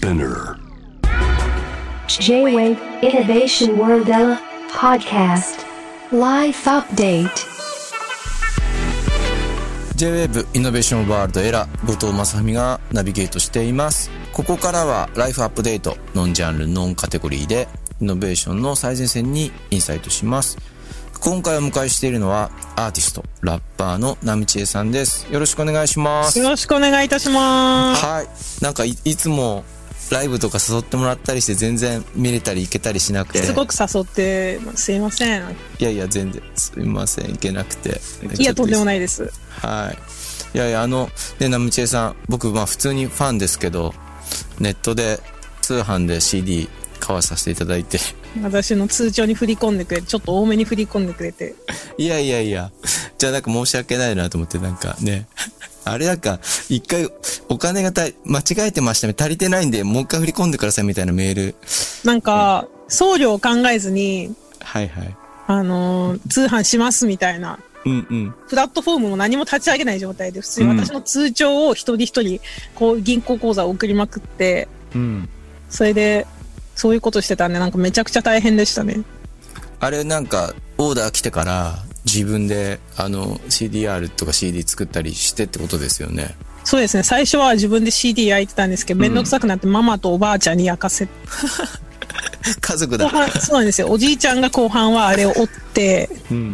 Spinner J-Wave Innovation World Ella Podcast Life Update J-Wave イノベーションワールドエラ後藤正文がナビゲートしています。ここからはライフアップデート、ノンジャンルノンカテゴリーでイノベーションの最前線にインサイトします。今回お迎えしているのはアーティストラッパーのナミチエさんです。よろしくお願いします。 よろしくお願いいたします。 はい、なんか いつもライブとか誘ってもらったりして全然見れたり行けたりしなくて、 すごく誘ってすいません。 いやいや全然すいません、行けなくて。 いやとんでもないです。 はい、いやいやね、ナムチエさん、僕普通にファンですけど、ネットで通販で CD 買わさせていただいて、 私の通帳に振り込んでくれて、ちょっと多めに振り込んでくれて、 いやじゃあなんか申し訳ないなと思って、なんかねあれなんか一回お金が間違えてましたね、足りてないんでもう一回振り込んでくださいみたいなメール、 なんか送料を考えずにはいはい、 通販しますみたいな、プラットフォームも何も立ち上げない状態で普通に私の通帳を一人一人こう銀行口座を送りまくって、それでそういうことしてたんで、なんかめちゃくちゃ大変でしたね。 あれなんかオーダー来てから自分でCDR とか CD 作ったりしてってことですよね。 そうですね、最初は自分で CD 焼いてたんですけど、めんどくさくなってママとおばあちゃんに焼かせ家族だ。 そうなんですよ。おじいちゃんが後半はあれを折って、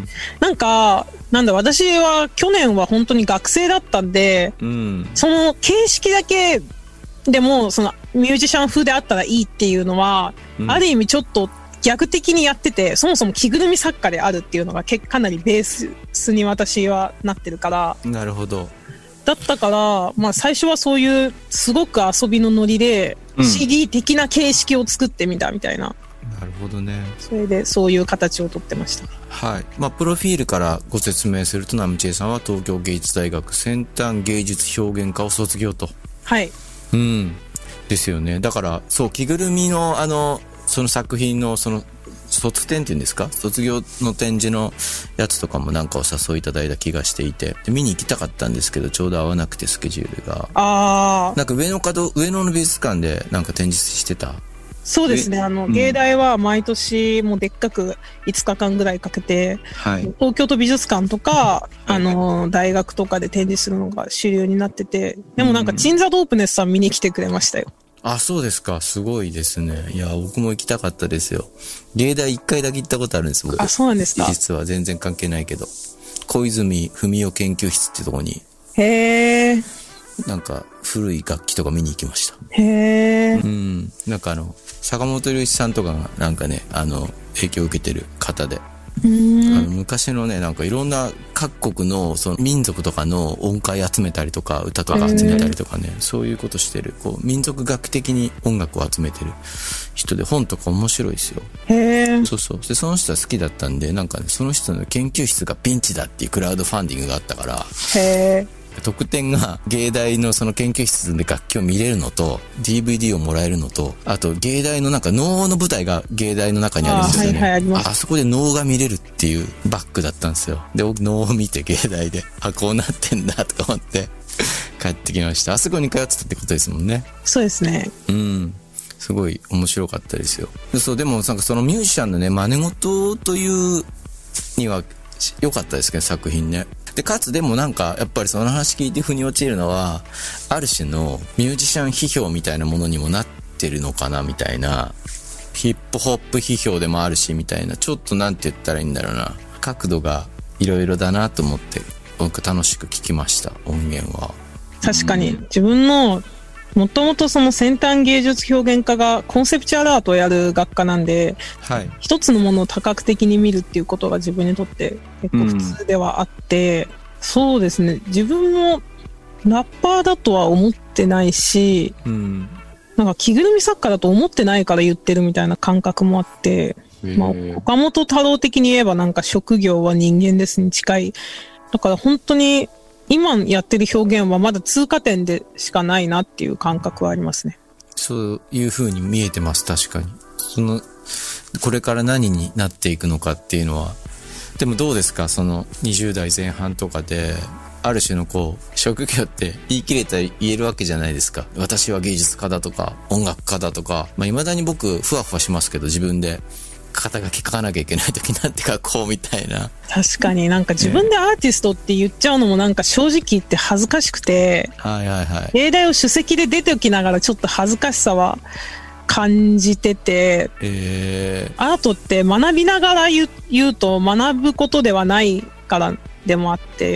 私は去年は本当に学生だったんで、その形式だけでもそのミュージシャン風であったらいいっていうのは、ある意味ちょっと逆的にやってて、そもそも着ぐるみ作家であるっていうのがかなりベースに私はなってるから。 なるほど。 だったから、最初はそういうすごく遊びのノリで CD 的な形式を作ってみたみたいな。 なるほどね。 それでそういう形をとってました。 はい。プロフィールからご説明すると、ナムチエさんは東京芸術大学先端芸術表現科を卒業と。 はい。 ですよね。だからそう、着ぐるみのその作品のその卒展っていうんですか、卒業の展示のやつとかもなんかお誘いいただいた気がしていて、で見に行きたかったんですけどちょうど合わなくて、スケジュールが。なんか上野の美術館でなんか展示してた。 そうですね、芸大は毎年もうでっかく5日間ぐらいかけて、東京都美術館とか、大学とかで展示するのが主流になってて、でもなんかチンザドープネスさん見に来てくれましたよ。 あ、そうですか。すごいですね。いや、僕も行きたかったですよ。芸大1回だけ行ったことあるんです、僕。 あ、そうなんですか。 実は全然関係ないけど、小泉文雄研究室ってとこに。 へー。 なんか古い楽器とか見に行きました。 へー。 なんか坂本龍一さんとかがなんかね、影響を受けてる方で。昔のね、なんかいろんな各国のその民族とかの音階集めたりとか、歌とか集めたりとかね、そういうことしてる、こう民族学的に音楽を集めてる人で、本とか面白いですよ。 へー。 そうで、その人は好きだったんで、なんかね、その人の研究室がピンチだっていうクラウドファンディングがあったから、 へー。 特典が芸大のその研究室で楽器を見れるのと DVD をもらえるのと、あと芸大のなんか能の舞台が芸大の中にあるんですよね。あそこで能が見れるっていうバッグだったんですよ。で僕能を見て芸大でこうなってんだとか思って帰ってきました。あそこに通ってたってことですもんね。 そうですね。 すごい面白かったですよ。そう、でもなんかそのミュージシャンのね、真似事というには良かったですけど、作品ね。でかつでもなんかやっぱりその話聞いて腑に落ちるのは、ある種のミュージシャン批評みたいなものにもなってるのかなみたいな、ヒップホップ批評でもあるしみたいな、ちょっとなんて言ったらいいんだろうな、角度がいろいろだなと思って僕楽しく聞きました、音源は。 確かに自分のもともとその先端芸術表現科がコンセプチュアルアートをやる学科なんで、一つのものを多角的に見るっていうことが自分にとって結構普通ではあって、そうですね、自分もラッパーだとは思ってないし、なんか着ぐるみ作家だと思ってないから言ってるみたいな感覚もあって、岡本太郎的に言えばなんか職業は人間ですに近い。だから本当に今やってる表現はまだ通過点でしかないなっていう感覚はありますね。 そういう風に見えてます。確かにこれから何になっていくのかっていうのは。でもどうですか、その20代前半とかである種のこう、職業って言い切れたら言えるわけじゃないですか。私は芸術家だとか、音楽家だとか、未だに僕、ふわふわしますけど、自分で。肩書き書かなきゃいけない時なんて書こうみたいな。 確かになんか自分でアーティストって言っちゃうのもなんか正直言って恥ずかしくて、 はいはいはい。 芸大を首席で出ておきながらちょっと恥ずかしさは感じてて、アートって学びながら言うと学ぶことではないからでもあって、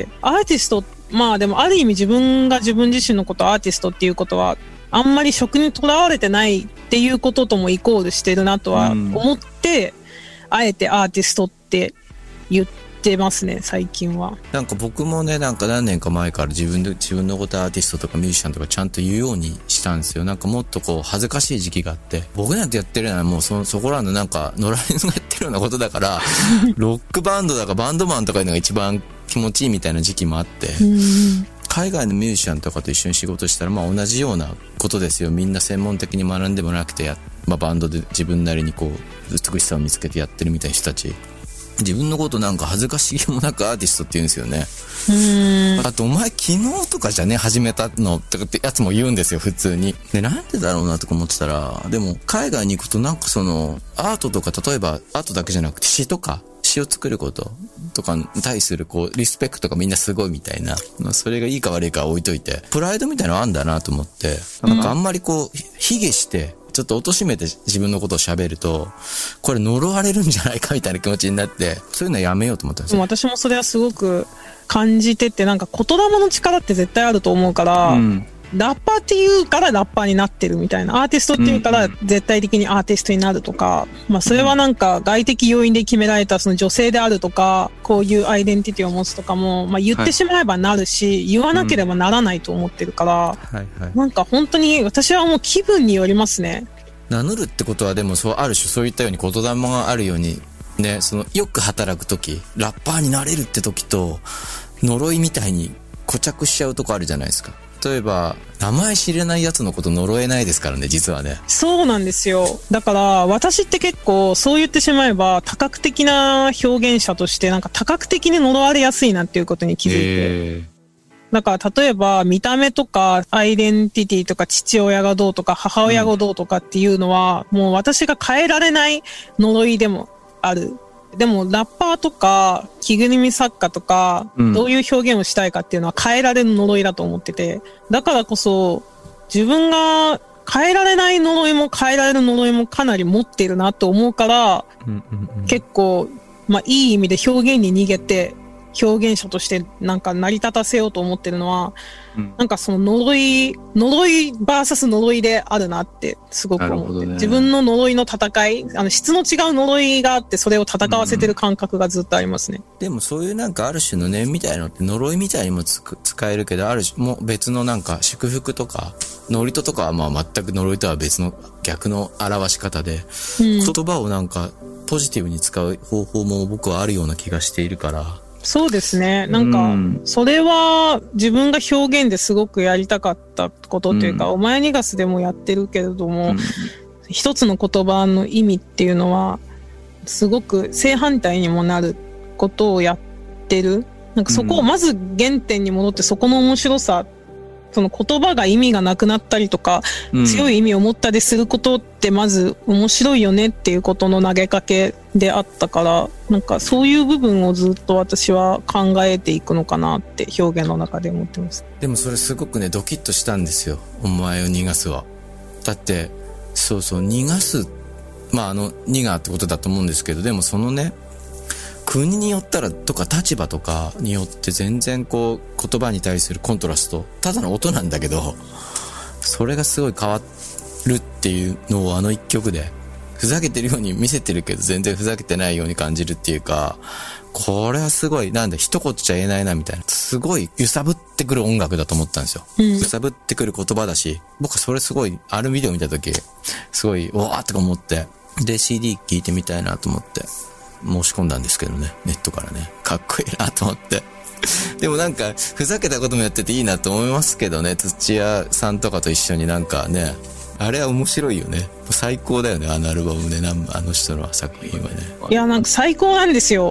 アーティスト、まあでもある意味自分が自分自身のことをアーティストっていうことはあんまり職にとらわれてないっていうことともイコールしてるなとは思って、あえてアーティストって言ってますね、最近は。 なんか僕もね、なんか何年か前から自分のことアーティストとかミュージシャンとかちゃんと言うようにしたんですよ。なんかもっとこう恥ずかしい時期があって、僕なんてやってるのはもうそこらのなんか野良犬がやってるようなことだからロックバンドだかバンドマンとかいうのが一番気持ちいいみたいな時期もあって、海外のミュージシャンとかと一緒に仕事したら同じようなことですよ。みんな専門的に学んでもなくてバンドで自分なりにこう美しさを見つけてやってるみたいな人たち、自分のことなんか恥ずかしげもなくアーティストって言うんですよね。あとお前昨日とかじゃね始めたのとかってやつも言うんですよ、普通に。でなんでだろうなとか思ってたら、でも海外に行くとなんかそのアートとか、例えばアートだけじゃなくて詩とか詩を作ることとかに対するこうリスペクトがみんなすごいみたいな、それがいいか悪いか置いといてプライドみたいなのあんだなと思って、なんかあんまりこう卑下してちょっと貶めて自分のことを喋るとこれ呪われるんじゃないかみたいな気持ちになって、そういうのはやめようと思ったんですよ。 私もそれはすごく感じてて、なんか言霊の力って絶対あると思うから、ラッパーって言うからラッパーになってるみたいな、アーティストって言うから絶対的にアーティストになるとか、それはなんか外的要因で決められたその女性であるとか、こういうアイデンティティを持つとかも、言ってしまえばなるし、言わなければならないと思ってるから、なんか本当に私はもう気分によりますね。 名乗るってことはでもそうある種そういったように言霊があるようにね、そのよく働く時、ラッパーになれるって時と呪いみたいに固着しちゃうとこあるじゃないですか。例えば名前知れないやつのこと呪えないですからね、実はね。 そうなんですよ。だから私って結構そう言ってしまえば多角的な表現者としてなんか多角的に呪われやすいなっていうことに気づいて、だから例えば見た目とかアイデンティティとか父親がどうとか母親がどうとかっていうのは、もう私が変えられない呪いでもある。でもラッパーとか着ぐるみ作家とか、どういう表現をしたいかっていうのは変えられる呪いだと思ってて、だからこそ自分が変えられない呪いも変えられる呪いもかなり持っているなと思うから、結構いい意味で表現に逃げて表現者としてなんか成り立たせようと思ってるのは、なんかその呪いバーサス呪いであるなってすごく思って、自分の呪いの戦い、質の違う呪いがあってそれを戦わせてる感覚がずっとありますね。 でもそういうなんかある種の念みたいなのって呪いみたいにも使えるけど、ある種も別のなんか祝福とかノリととかは全く呪いとは別の逆の表し方で、言葉をなんかポジティブに使う方法も僕はあるような気がしているから。 そうですね。なんか、それは自分が表現ですごくやりたかったことというか、お前にガスでもやってるけれども、一つの言葉の意味っていうのは、すごく正反対にもなることをやってる。なんかそこをまず原点に戻って、そこの面白さ、その言葉が意味がなくなったりとか、強い意味を持ったりすることってまず面白いよねっていうことの投げかけであったから、なんかそういう部分をずっと私は考えていくのかなって表現の中で思ってます。 でもそれすごくねドキッとしたんですよ、お前を逃がすは。だってそう逃がす、逃がってことだと思うんですけど、でもそのね国によったらとか立場とかによって全然こう言葉に対するコントラスト、ただの音なんだけどそれがすごい変わるっていうのを一曲でふざけてるように見せてるけど全然ふざけてないように感じるっていうか、これはすごい一言じゃ言えないなみたいな、すごい揺さぶってくる音楽だと思ったんですよ。揺さぶってくる言葉だし、僕はそれすごいあるビデオ見た時すごいわーって思って、で CD 聴いてみたいなと思って申し込んだんですけどね、ネットからね、かっこいいなと思ってでもなんかふざけたこともやってていいなと思いますけどね、土屋さんとかと一緒になんかね、あれは面白いよね、最高だよね、あのアルバムね、あの人の作品はね。 いやなんか最高なんですよ。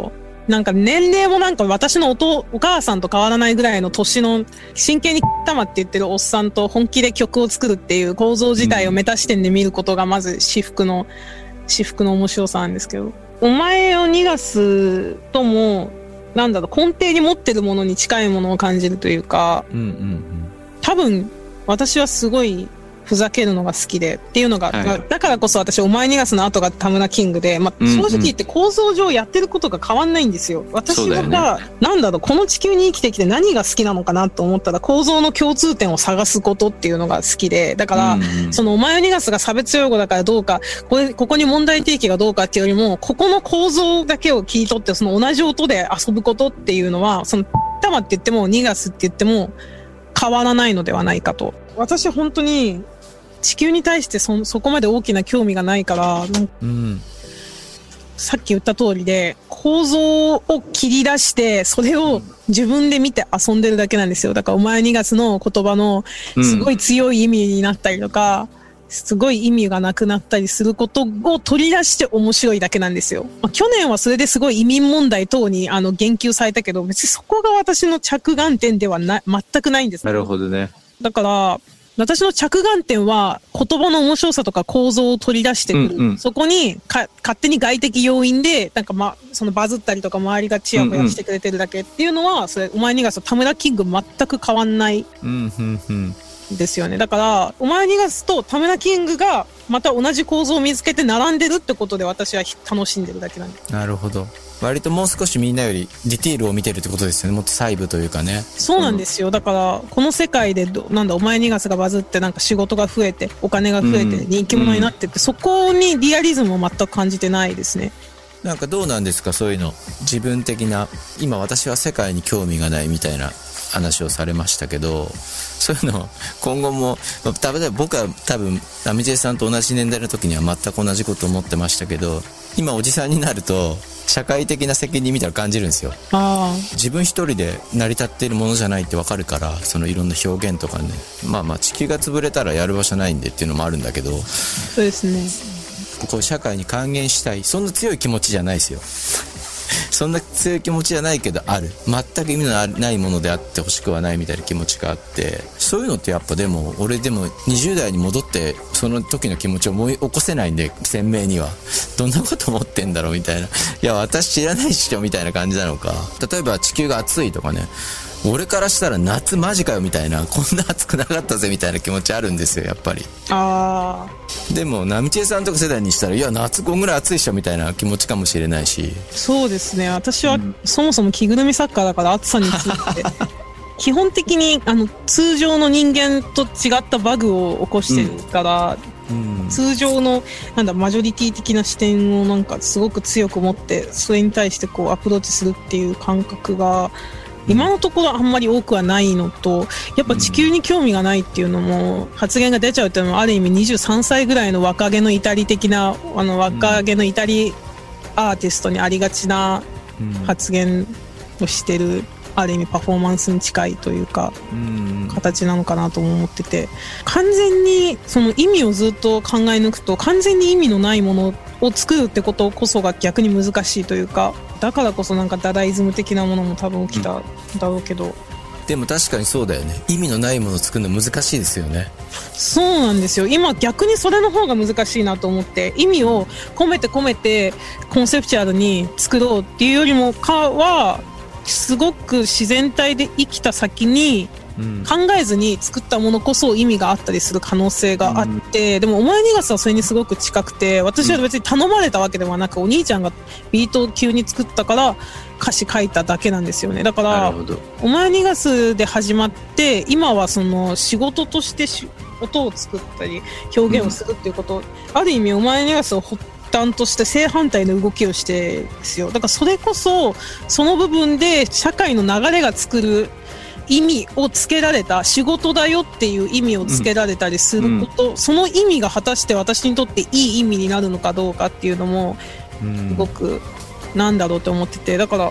なんか年齢もなんか私のお母さんと変わらないぐらいの年の真剣に玉って言ってるおっさんと本気で曲を作るっていう構造自体をメタ視点で見ることがまず至福の面白さなんですけど、お前を逃がすともなんだろう、根底に持ってるものに近いものを感じるというか、多分私はすごいふざけるのが好きでっていうのが、だからこそ私お前逃がすの後が田村キングで、正直言って構造上やってることが変わんないんですよ。私が、なんだろう、この地球に生きてきて何が好きなのかなと思ったら構造の共通点を探すことっていうのが好きで、だから、そのお前を逃がすが差別用語だからどうか、ここに問題提起がどうかっていうよりも、ここの構造だけを切り取ってその同じ音で遊ぶことっていうのは、その玉って言っても逃がすって言っても変わらないのではないかと。私本当に地球に対してそこまで大きな興味がないから、さっき言った通りで構造を切り出してそれを自分で見て遊んでるだけなんですよ。だからお前2月の言葉のすごい強い意味になったりとか、すごい意味がなくなったりすることを取り出して面白いだけなんですよ。去年はそれですごい移民問題等に言及されたけど、別にそこが私の着眼点では全くないんです。 なるほどね。 だから私の着眼点は言葉の面白さとか構造を取り出してくる。そこに勝手に外的要因で、なんかそのバズったりとか周りがチヤホヤしてくれてるだけっていうのは、それ、お前逃がすと田村キング全く変わんないですよね。だから、お前逃がすと田村キングがまた同じ構造を見つけて並んでるってことで私は楽しんでるだけなんです。 なるほど。割ともう少しみんなよりディティールを見てるってことですよね。もっと細部というかね。 そうなんですよ。だからこの世界でなんだお前逃がすがバズってなんか仕事が増えてお金が増えて人気者になってって、そこにリアリズムを全く感じてないですね。 なんかどうなんですか、そういうの。自分的な今私は世界に興味がないみたいな話をされましたけど、そういうの今後も、僕は多分アミジェさんと同じ年代の時には全く同じこと思ってましたけど、今おじさんになると社会的な責任みたいなの感じるんですよ。自分一人で成り立っているものじゃないって分かるから、そのいろんな表現とかね、地球が潰れたらやる場所ないんでっていうのもあるんだけど、 そうですね、 こう社会に還元したい、そんな強い気持ちじゃないですよ。そんな強い気持ちじゃないけどある、全く意味のないものであってほしくはないみたいな気持ちがあって、そういうのってやっぱでも俺でも20代に戻ってその時の気持ちを思い起こせないんで、鮮明にはどんなこと思ってんだろうみたいな、いや私知らないっしょみたいな感じなのか。例えば地球が暑いとかね、俺からしたら夏マジかよみたいな、こんな暑くなかったぜみたいな気持ちあるんですよ、やっぱり。でもナミチエさんとか世代にしたら、いや夏こんぐらい暑いっしょみたいな気持ちかもしれないし。 そうですね、私はそもそも着ぐるみサッカーだから暑さについて基本的に通常の人間と違ったバグを起こしてるから、通常のマジョリティ的な視点をなんかすごく強く持ってそれに対してこうアプローチするっていう感覚が今のところあんまり多くはないのと、やっぱ地球に興味がないっていうのも発言が出ちゃうっていうのもある意味23歳ぐらいの若気の至り的な若気の至りアーティストにありがちな発言をしてる、ある意味パフォーマンスに近いというか形なのかなとも思ってて、完全にその意味をずっと考え抜くと完全に意味のないものを作るってことこそが逆に難しいというか、だからこそなんかダダイズム的なものも多分起きたんだろうけど、 でも確かにそうだよね、意味のないものを作るの難しいですよね。 そうなんですよ、今逆にそれの方が難しいなと思って、意味を込めてコンセプチュアルに作ろうっていうよりもかはすごく自然体で生きた先に考えずに作ったものこそ意味があったりする可能性があって、でもお前2月はそれにすごく近くて、私は別に頼まれたわけではなく、お兄ちゃんがビートを急に作ったから歌詞書いただけなんですよね。だからお前2月で始まって今はその仕事として音を作ったり表現をするっていうこと、ある意味お前2月を発端として正反対の動きをしてですよ。だからそれこそその部分で社会の流れが作る意味をつけられた、仕事だよっていう意味をつけられたりすること、その意味が果たして私にとっていい意味になるのかどうかっていうのもすごくなんだろうと思ってて、だから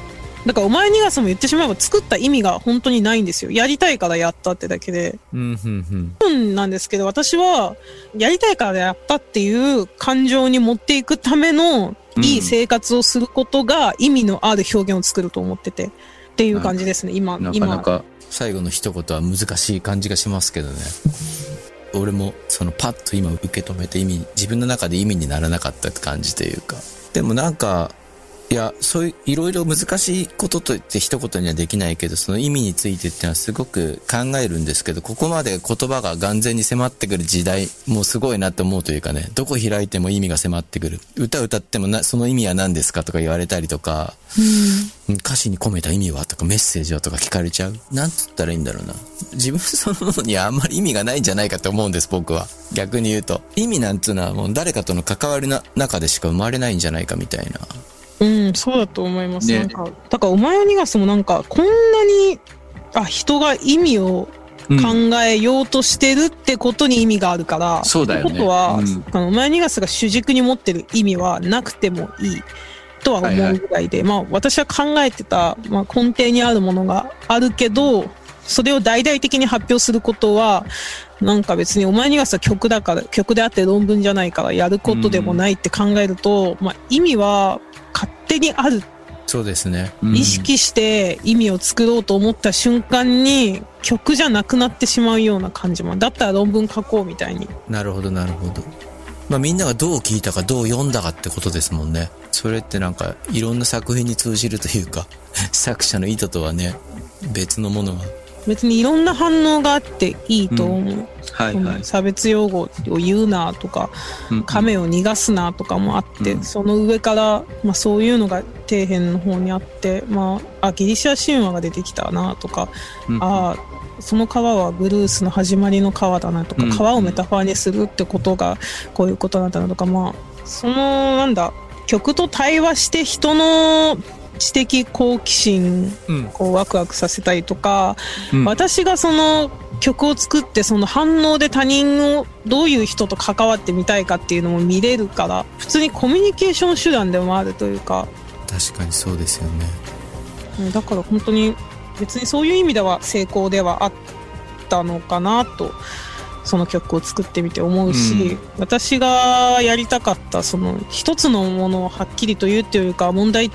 だからお前逃がすも言ってしまえば作った意味が本当にないんですよ。やりたいからやったってだけで。なんですけど、私はやりたいからやったっていう感情に持っていくためのいい生活をすることが意味のある表現を作ると思っててっていう感じですね。今なかなか最後の一言は難しい感じがしますけどね。俺もそのパッと今受け止めて自分の中で意味にならなかったって感じというか、でもなんかいや、そういういろいろ難しいことと言って一言にはできないけど、その意味についてってのはすごく考えるんですけど、ここまで言葉が眼前に迫ってくる時代もうすごいなと思うというかね、どこ開いても意味が迫ってくる。歌歌ってもその意味は何ですかとか言われたりとか、歌詞に込めた意味はとかメッセージはとか聞かれちゃう。なんつったらいいんだろうな。自分そのものにはあんまり意味がないんじゃないかと思うんです、僕は。逆に言うと。意味なんつうのはもう誰かとの関わりの中でしか生まれないんじゃないかみたいな。 そうだと思います。なんか、だからお前を逃がすもなんか、こんなに、人が意味を考えようとしてるってことに意味があるから、 そうだよね。 ってことは、お前を逃がすが主軸に持ってる意味はなくてもいいとは思うぐらいで、私は考えてた、根底にあるものがあるけど、それを大々的に発表することは、なんか別にお前にはさ曲だから、曲であって論文じゃないからやることでもないって考えると、意味は勝手にある。 そうですね。 意識して意味を作ろうと思った瞬間に曲じゃなくなってしまうような感じも。だったら論文書こうみたいに。 なるほどなるほど。みんながどう聞いたかどう読んだかってことですもんね。それってなんかいろんな作品に通じるというか作者の意図とはね別のものが。 別にいろんな反応があっていいと思う。差別用語を言うなとか、亀を逃がすなとかもあって、その上から、そういうのが底辺の方にあって、ギリシャ神話が出てきたなとか、その川はブルースの始まりの川だなとか、川をメタファーにするってことがこういうことなんだなとか、その曲と対話して人の知的好奇心をワクワクさせたりとか、私がその曲を作ってその反応で他人をどういう人と関わってみたいかっていうのも見れるから、普通にコミュニケーション手段でもあるというか。 確かにそうですよね。 だから本当に別にそういう意味では成功ではあったのかなと、その曲を作ってみて思うし、私がやりたかったその一つのものをはっきりと言うっていうか、問題って、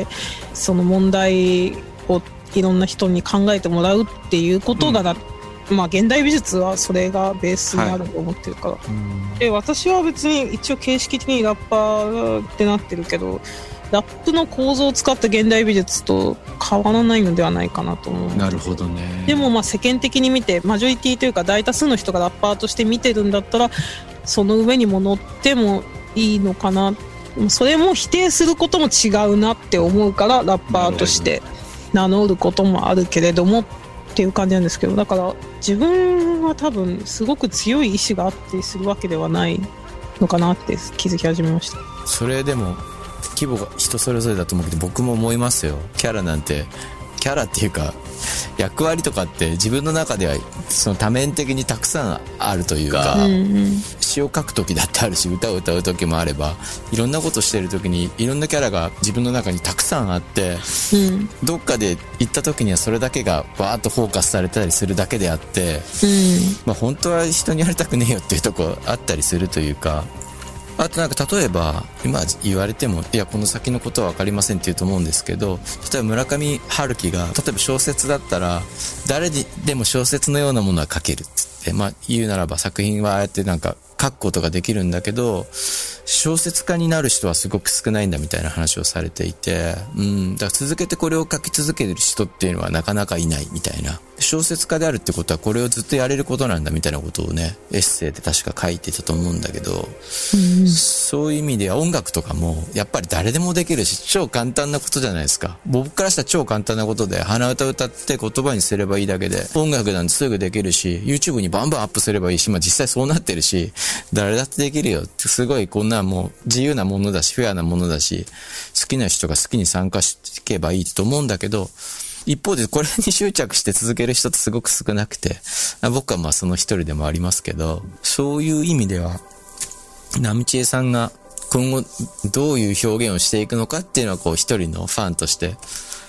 その問題をいろんな人に考えてもらうっていうことが現代美術はそれがベースにあると思ってるから、で私は別に一応形式的にラッパーってなってるけど、ラップの構造を使った現代美術と変わらないのではないかなと思う。 なるほどね。 でも世間的に見てマジョリティというか大多数の人がラッパーとして見てるんだったら、その上にも乗ってもいいのかな。それも否定することも違うなって思うから、ラッパーとして名乗ることもあるけれどもっていう感じなんですけど、だから自分は多分すごく強い意志があってするわけではないのかなって気づき始めました。 それでも規模が人それぞれだと思うけど、僕も思いますよ。キャラなんて、キャラっていうか役割とかって自分の中ではその多面的にたくさんあるというか、詩を書く時だってあるし、歌を歌う時もあれば、いろんなことしてる時にいろんなキャラが自分の中にたくさんあって、どっかで行った時にはそれだけがバーッとフォーカスされたりするだけであって、本当は人にやりたくねえよっていうとこあったりするというか。あと例えば今言われてもいやこの先のことは分かりませんって言うと思うんですけど、例えば村上春樹が例えば小説だったら誰でも小説のようなものは書けるっつって、言うならば作品はああやって書くことができるんだけど、小説家になる人はすごく少ないんだみたいな話をされていて、だから続けてこれを書き続ける人っていうのはなかなかいないみたいな。小説家であるってことはこれをずっとやれることなんだみたいなことをね、エッセイで確か書いてたと思うんだけど、そういう意味では音楽とかもやっぱり誰でもできるし、超簡単なことじゃないですか。僕からしたら超簡単なことで、鼻歌歌って言葉にすればいいだけで、音楽なんてすぐできるし、YouTube にバンバンアップすればいいし、実際そうなってるし、誰だってできるよって、すごいこんなもう自由なものだし、フェアなものだし、好きな人が好きに参加していけばいいと思うんだけど、一方でこれに執着して続ける人ってすごく少なくて、僕はその一人でもありますけど、そういう意味では波千恵さんが今後どういう表現をしていくのかっていうのは一人のファンとして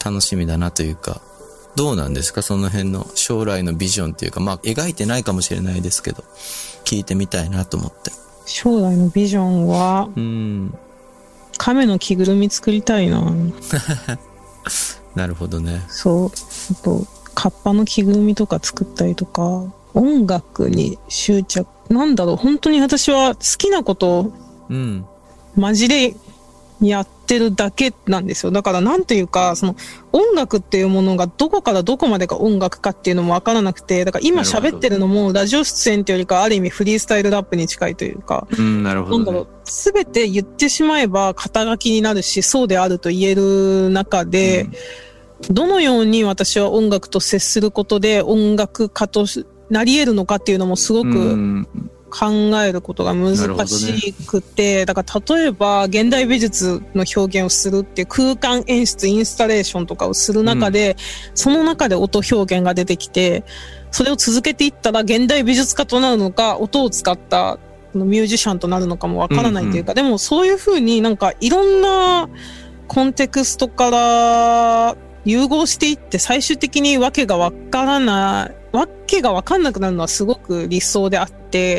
楽しみだなというか、どうなんですかその辺の将来のビジョンっていうか、まあ描いてないかもしれないですけど、聞いてみたいなと思って。 将来のビジョンは、亀の着ぐるみ作りたいな。 なるほどね。 そう。あと、カッパの着ぐるみとか作ったりとか、音楽に執着。なんだろう、本当に私は好きなことを、マジでやってるだけなんですよ。だからなんていうか、その音楽っていうものがどこからどこまでが音楽かっていうのもわからなくて、だから今喋ってるのもラジオ出演っていうよりかある意味フリースタイルラップに近いというか、 なるほど、ね。 なんだろう、すべて言ってしまえば肩書きになるし、そうであると言える中で、どのように私は音楽と接することで音楽家となり得るのかっていうのもすごく考えることが難しくて、ね、だから例えば現代美術の表現をするっていう空間演出、インスタレーションとかをする中で、その中で音表現が出てきて、それを続けていったら現代美術家となるのか、音を使ったミュージシャンとなるのかもわからないというか、でもそういうふうになんかいろんなコンテクストから融合していって最終的にわけがわかんなくなるのはすごく理想であって、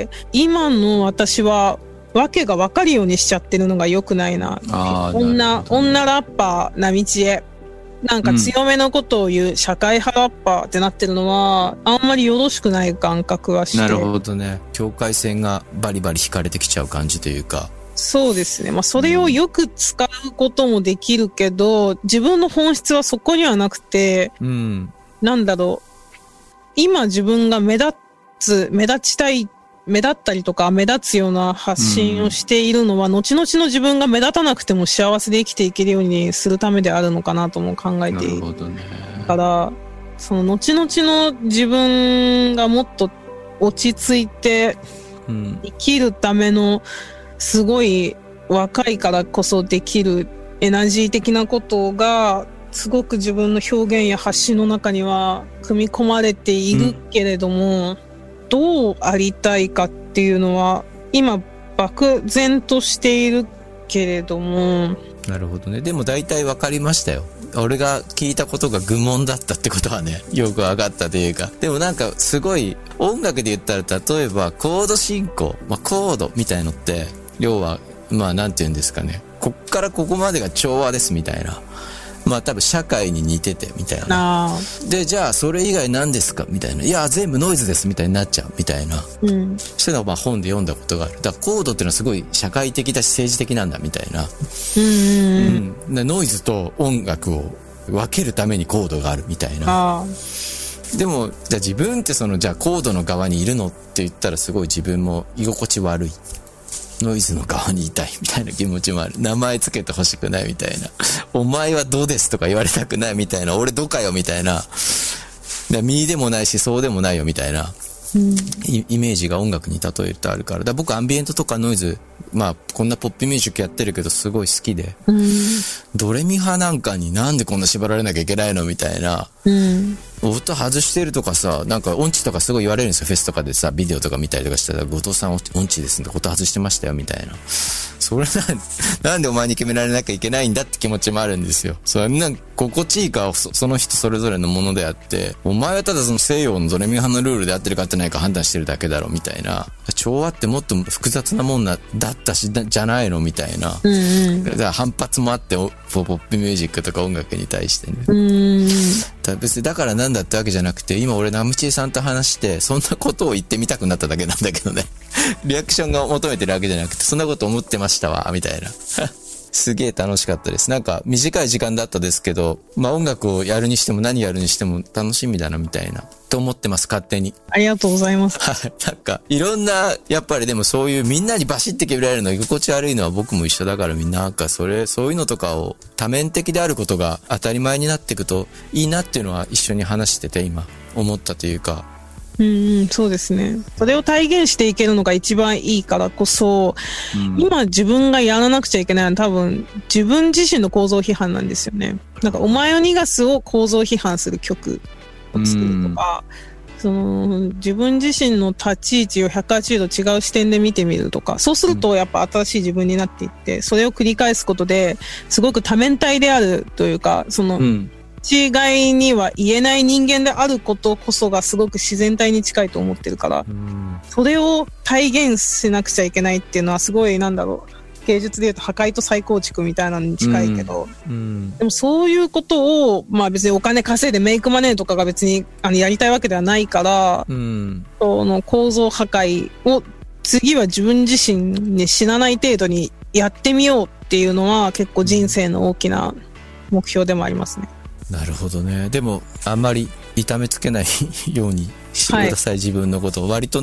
今の私はわけがわかるようにしちゃってるのが良くないな。女ラッパーな道へ。なんか強めのことを言う社会派ラッパーってなってるのは、あんまりよろしくない感覚はして。 なるほどね。境界線がバリバリ引かれてきちゃう感じというか。 そうですね。まあ、それをよく使うこともできるけど、自分の本質はそこにはなくて、なんだろう。今自分が目立ったりとか目立つような発信をしているのは、後々の自分が目立たなくても幸せで生きていけるようにするためであるのかなとも考えている。 なるほどね。 だから、その後々の自分がもっと落ち着いて生きるための、すごい若いからこそできるエナジー的なことがすごく自分の表現や発信の中には組み込まれているけれども、どうありたいかっていうのは今漠然としているけれども。 なるほどね。でも大体わかりましたよ。俺が聞いたことが愚問だったってことはね、よくわかったというか。でもなんかすごい音楽で言ったら、例えばコード進行、コードみたいのって要はなんて言うんですかね、こっからここまでが調和ですみたいな、多分社会に似ててみたいな。で、じゃあそれ以外何ですかみたいな。いや、全部ノイズですみたいになっちゃうみたいな。そういうのを本で読んだことがある。だからコードっていうのはすごい社会的だし政治的なんだみたいな。でノイズと音楽を分けるためにコードがあるみたいな。でも、じゃあ自分ってじゃあコードの側にいるのって言ったらすごい自分も居心地悪い。ノイズの側にいたいみたいな気持ちもある。名前つけてほしくないみたいな。お前はどうですとか言われたくないみたいな。俺どかよみたいな。右でもないしそうでもないよみたいな、イメージが音楽に例えるとあるから。僕アンビエントとかノイズ、こんなポップミュージックやってるけどすごい好きで、ドレミファなんかになんでこんな縛られなきゃいけないのみたいな、音外してるとかさ、なんか音痴とかすごい言われるんですよ。フェスとかでさ、ビデオとか見たりとかしたら、後藤さん音痴ですんで音外してましたよみたいな。それなんでお前に決められなきゃいけないんだって気持ちもあるんですよ。そんな心地いいかはその人それぞれのものであって、お前はただその西洋のドレミファのルールで合ってるか合ってないか判断してるだけだろみたいな。調和ってもっと複雑なもんだったしじゃないのみたいな。だから反発もあってポップミュージックとか音楽に対してね。別にだからなんだってわけじゃなくて、今俺ナムチーさんと話してそんなことを言ってみたくなっただけなんだけどね。リアクションが求めてるわけじゃなくて、そんなこと思ってましたわみたいな。すげえ楽しかったです。なんか短い時間だったですけど、音楽をやるにしても何やるにしても楽しみだなみたいなと思ってます、勝手に。 ありがとうございます。 はい。なんかいろんな、やっぱりでもそういうみんなにバシッて決められるの居心地悪いのは僕も一緒だから、みんななんかそういうのとかを多面的であることが当たり前になっていくといいなっていうのは一緒に話してて今思ったというか。 そうですね。それを体現していけるのが一番いいからこそ、今自分がやらなくちゃいけないのは多分自分自身の構造批判なんですよね。なんかお前を逃がすを構造批判する曲を作るとか、自分自身の立ち位置を180度違う視点で見てみるとか、そうするとやっぱ新しい自分になっていって、それを繰り返すことですごく多面体であるというか、 一概には言えない人間であることこそがすごく自然体に近いと思ってるから、それを体現しなくちゃいけないっていうのはすごい芸術でいうと破壊と再構築みたいなのに近いけど、でもそういうことを、まあ別にお金稼いでメイクマネーとかが別にやりたいわけではないから、その構造破壊を次は自分自身に死なない程度にやってみようっていうのは結構人生の大きな目標でもありますね。 なるほどね。でもあんまり痛めつけないようにしてください、自分のことを。割と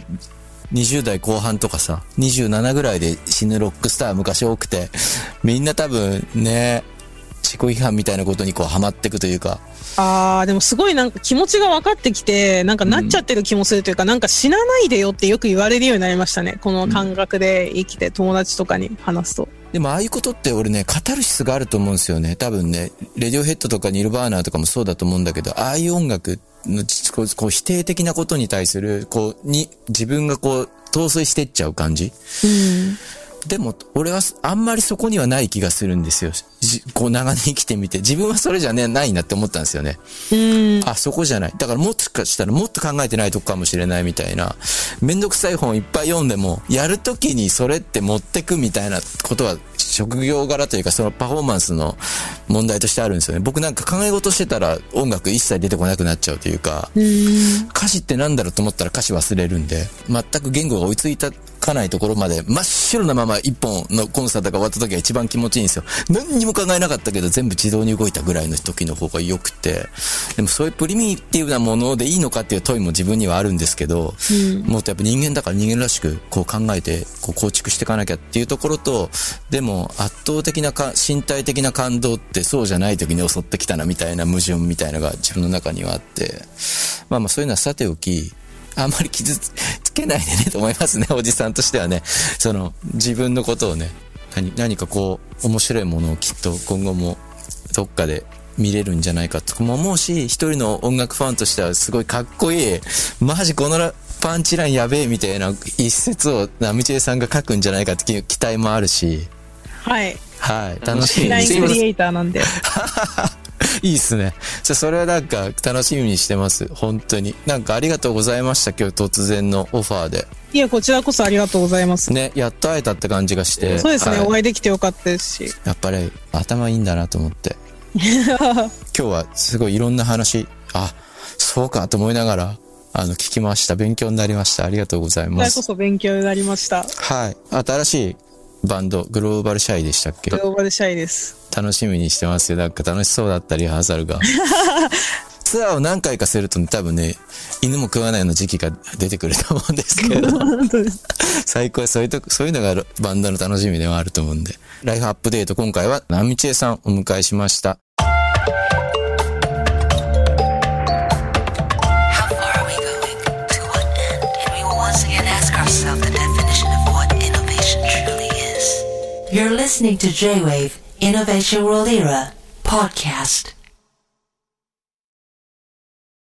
20代後半とかさ、27ぐらいで死ぬロックスター昔多くて、みんな多分ね、自己批判みたいなことにハマっていくというか。 でもすごい気持ちが分かってきて、なっちゃってる気もするというか、死なないでよってよく言われるようになりましたね。この感覚で生きて友達とかに話すと。 でもああいうことって俺ね、カタルシスがあると思うんですよね。多分ね、レディオヘッドとかニルバーナーとかもそうだと思うんだけど、ああいう音楽の否定的なことに対する自分が陶酔していっちゃう感じ。でも俺はあんまりそこにはない気がするんですよ。長年生きてみて自分はそれじゃねないなって思ったんですよね。そこじゃない。だからもっとかしたらもっと考えてないとこかもしれないみたいな。めんどくさい本いっぱい読んでもやるときにそれって持ってくみたいなことは職業柄というかそのパフォーマンスの問題としてあるんですよね。僕考え事してたら音楽一切出てこなくなっちゃうというか、歌詞ってなんだろうと思ったら歌詞忘れるんで、全く言語が追いついたかないところまで真っ白なまま一本のコンサートが終わった時が一番気持ちいいんですよ。何にも考えなかったけど全部自動に動いたぐらいの時の方が良くて、でもそういうプリミティブなものでいいのかっていう問いも自分にはあるんですけど、もっとやっぱ人間だから人間らしく考えて構築していかなきゃっていうところと、でも圧倒的な身体的な感動ってそうじゃない時に襲ってきたなみたいな矛盾みたいなのが自分の中にはあって、まあそういうのはさておき、あんまり傷つけないでねと思いますね、おじさんとしてはね。自分のことをね、何か面白いものをきっと今後もどっかで見れるんじゃないかとも思うし、一人の音楽ファンとしてはすごいかっこいい、マジこのパンチラインやべえみたいな一節をナミチェさんが書くんじゃないかっていう期待もあるし、楽しみにラインクリエイターなんでいいっすね。それは楽しみにしてます。本当に。ありがとうございました。今日突然のオファーで。いや、こちらこそありがとうございます。 ね、やっと会えたって感じがして。 そうですね、お会いできてよかったですし。 やっぱり頭いいんだなと思って。今日はすごいいろんな話、そうかと思いながら、聞きました。勉強になりました。ありがとうございます。 こちらこそ勉強になりました。 はい。新しいバンド、グローバルシャイでしたっけ？ グローバルシャイです。 楽しみにしてますよ。楽しそうだったリハーサルが。ツアーを何回かすると、多分ね、犬も食わないの時期が出てくると思うんですけど。最高、そういうのがバンドの楽しみではあると思うんで。ライフアップデート、今回はナミチエさんお迎えしました。 You're listening to J-Wave Innovation World Era podcast.